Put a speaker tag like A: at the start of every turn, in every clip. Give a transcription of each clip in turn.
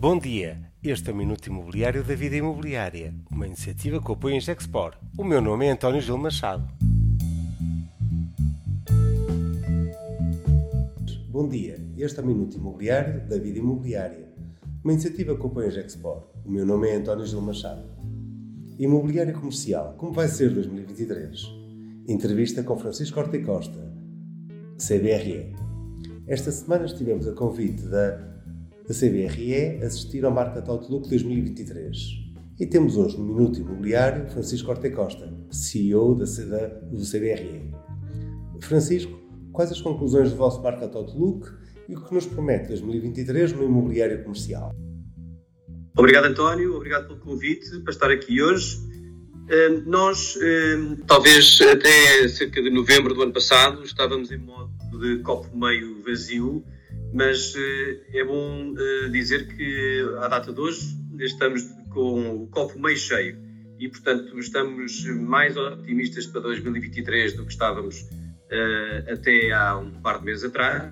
A: Bom dia, este é o Minuto Imobiliário da Vida Imobiliária, uma iniciativa que apoia a Gexpor. O meu nome é António Gil Machado. Bom dia, este é o Minuto Imobiliário da Vida Imobiliária, uma iniciativa que apoia a Gexpor. O meu nome é António Gil Machado. Imobiliário comercial, como vai ser 2023? Entrevista com Francisco Horta Costa, CBRE. Esta semana estivemos a convite da CBRE a assistir ao Market Outlook 2023. E temos hoje no Minuto Imobiliário Francisco Horta Costa, CEO do CBRE. Francisco, quais as conclusões do vosso Market Outlook e o que nos promete 2023 no imobiliário comercial?
B: Obrigado, António. Obrigado pelo convite para estar aqui hoje. Nós, talvez até cerca de novembro do ano passado, estávamos em modo de copo meio vazio, mas é bom dizer que, à data de hoje, estamos com o copo meio cheio e, portanto, estamos mais otimistas para 2023 do que estávamos até há um par de meses atrás.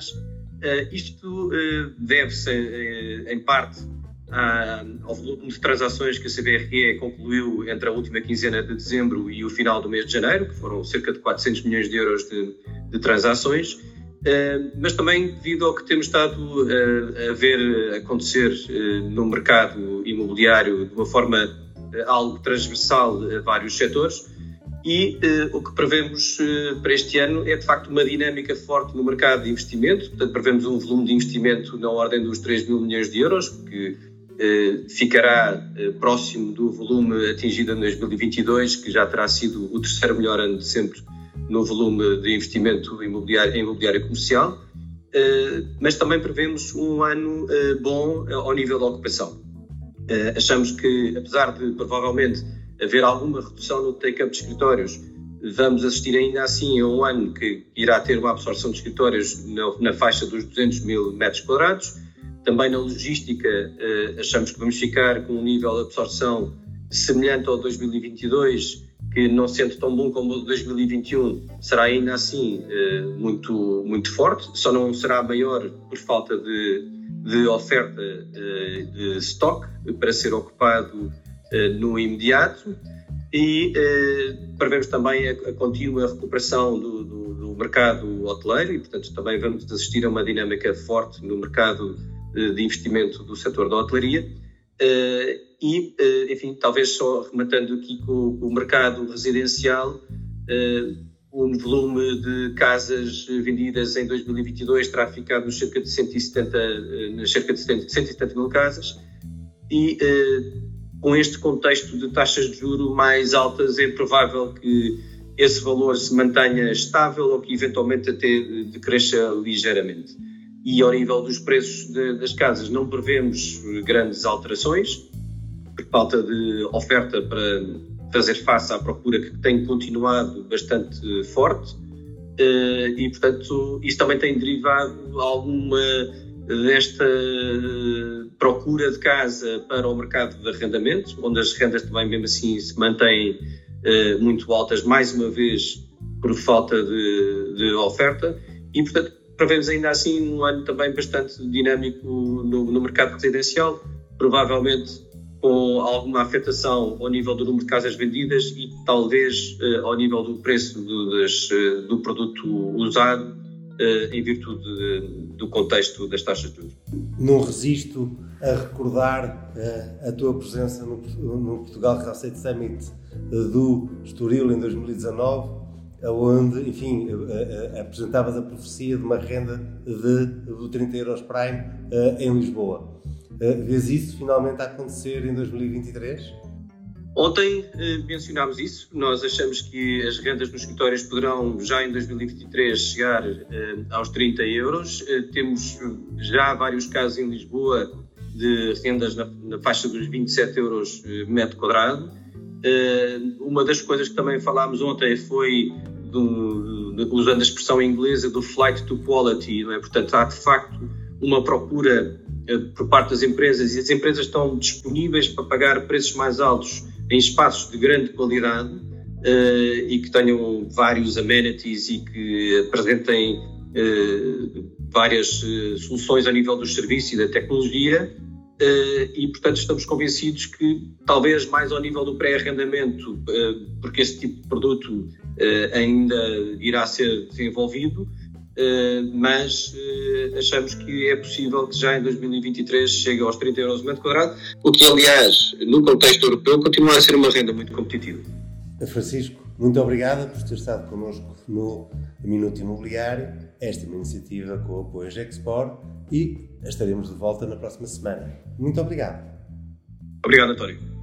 B: Isto deve-se, em parte, ao volume de transações que a CBRE concluiu entre a última quinzena de dezembro e o final do mês de janeiro, que foram cerca de 400 milhões de euros de transações, mas também devido ao que temos estado a ver acontecer no mercado imobiliário de uma forma algo transversal a vários setores. E o que prevemos para este ano é, de facto, uma dinâmica forte no mercado de investimento. Portanto, prevemos um volume de investimento na ordem dos 3 mil milhões de euros, que ficará próximo do volume atingido em 2022, que já terá sido o terceiro melhor ano de sempre no volume de investimento imobiliário comercial. Mas também prevemos um ano bom ao nível da ocupação. Achamos que, apesar de provavelmente haver alguma redução no take-up de escritórios, vamos assistir ainda assim a um ano que irá ter uma absorção de escritórios na faixa dos 200 mil metros quadrados. Também na logística, achamos que vamos ficar com um nível de absorção semelhante ao 2022, que, não sendo tão bom como o de 2021, será ainda assim muito, muito forte. Só não será maior por falta de oferta de stock para ser ocupado no imediato. E prevemos também a contínua recuperação do mercado hoteleiro e, portanto, também vamos assistir a uma dinâmica forte no mercado de investimento do setor da hotelaria. Enfim, talvez só rematando aqui com o mercado residencial, o volume de casas vendidas em 2022 terá ficado nos cerca de 170 mil casas e com este contexto de taxas de juros mais altas é provável que esse valor se mantenha estável ou que eventualmente até decresça ligeiramente. E ao nível dos preços das casas não prevemos grandes alterações, por falta de oferta para fazer face à procura que tem continuado bastante forte e, portanto, isso também tem derivado alguma desta procura de casa para o mercado de arrendamento, onde as rendas também mesmo assim se mantêm muito altas, mais uma vez por falta de oferta e, portanto, prevemos ainda assim um ano também bastante dinâmico no mercado residencial, provavelmente com alguma afetação ao nível do número de casas vendidas e talvez ao nível do preço do produto usado em virtude do contexto das taxas de juros.
A: Não resisto a recordar a tua presença no Portugal Real Estate Summit do Estoril em 2019, onde, enfim, apresentavas a profecia de uma renda de 30 euros Prime em Lisboa. Vês isso finalmente a acontecer em 2023?
B: Ontem mencionámos isso. Nós achamos que as rendas nos escritórios poderão já em 2023 chegar aos 30 euros. Temos já vários casos em Lisboa de rendas na faixa dos 27 euros metro quadrado. Uma das coisas que também falámos ontem foi, usando a expressão inglesa, do flight to quality, não é? Portanto, há de facto uma procura por parte das empresas e as empresas estão disponíveis para pagar preços mais altos em espaços de grande qualidade e que tenham vários amenities e que apresentem várias soluções a nível dos serviços e da tecnologia e, portanto, estamos convencidos que, talvez mais ao nível do pré-arrendamento, porque esse tipo de produto ainda irá ser desenvolvido, mas achamos que é possível que já em 2023 chegue aos 30 euros o metro quadrado, o que, aliás, no contexto europeu, continua a ser uma renda muito competitiva.
A: Francisco, muito obrigado por ter estado connosco no Minuto Imobiliário. Esta é uma iniciativa com o apoio Gexpor e estaremos de volta na próxima semana. Muito obrigado.
B: Obrigado, António.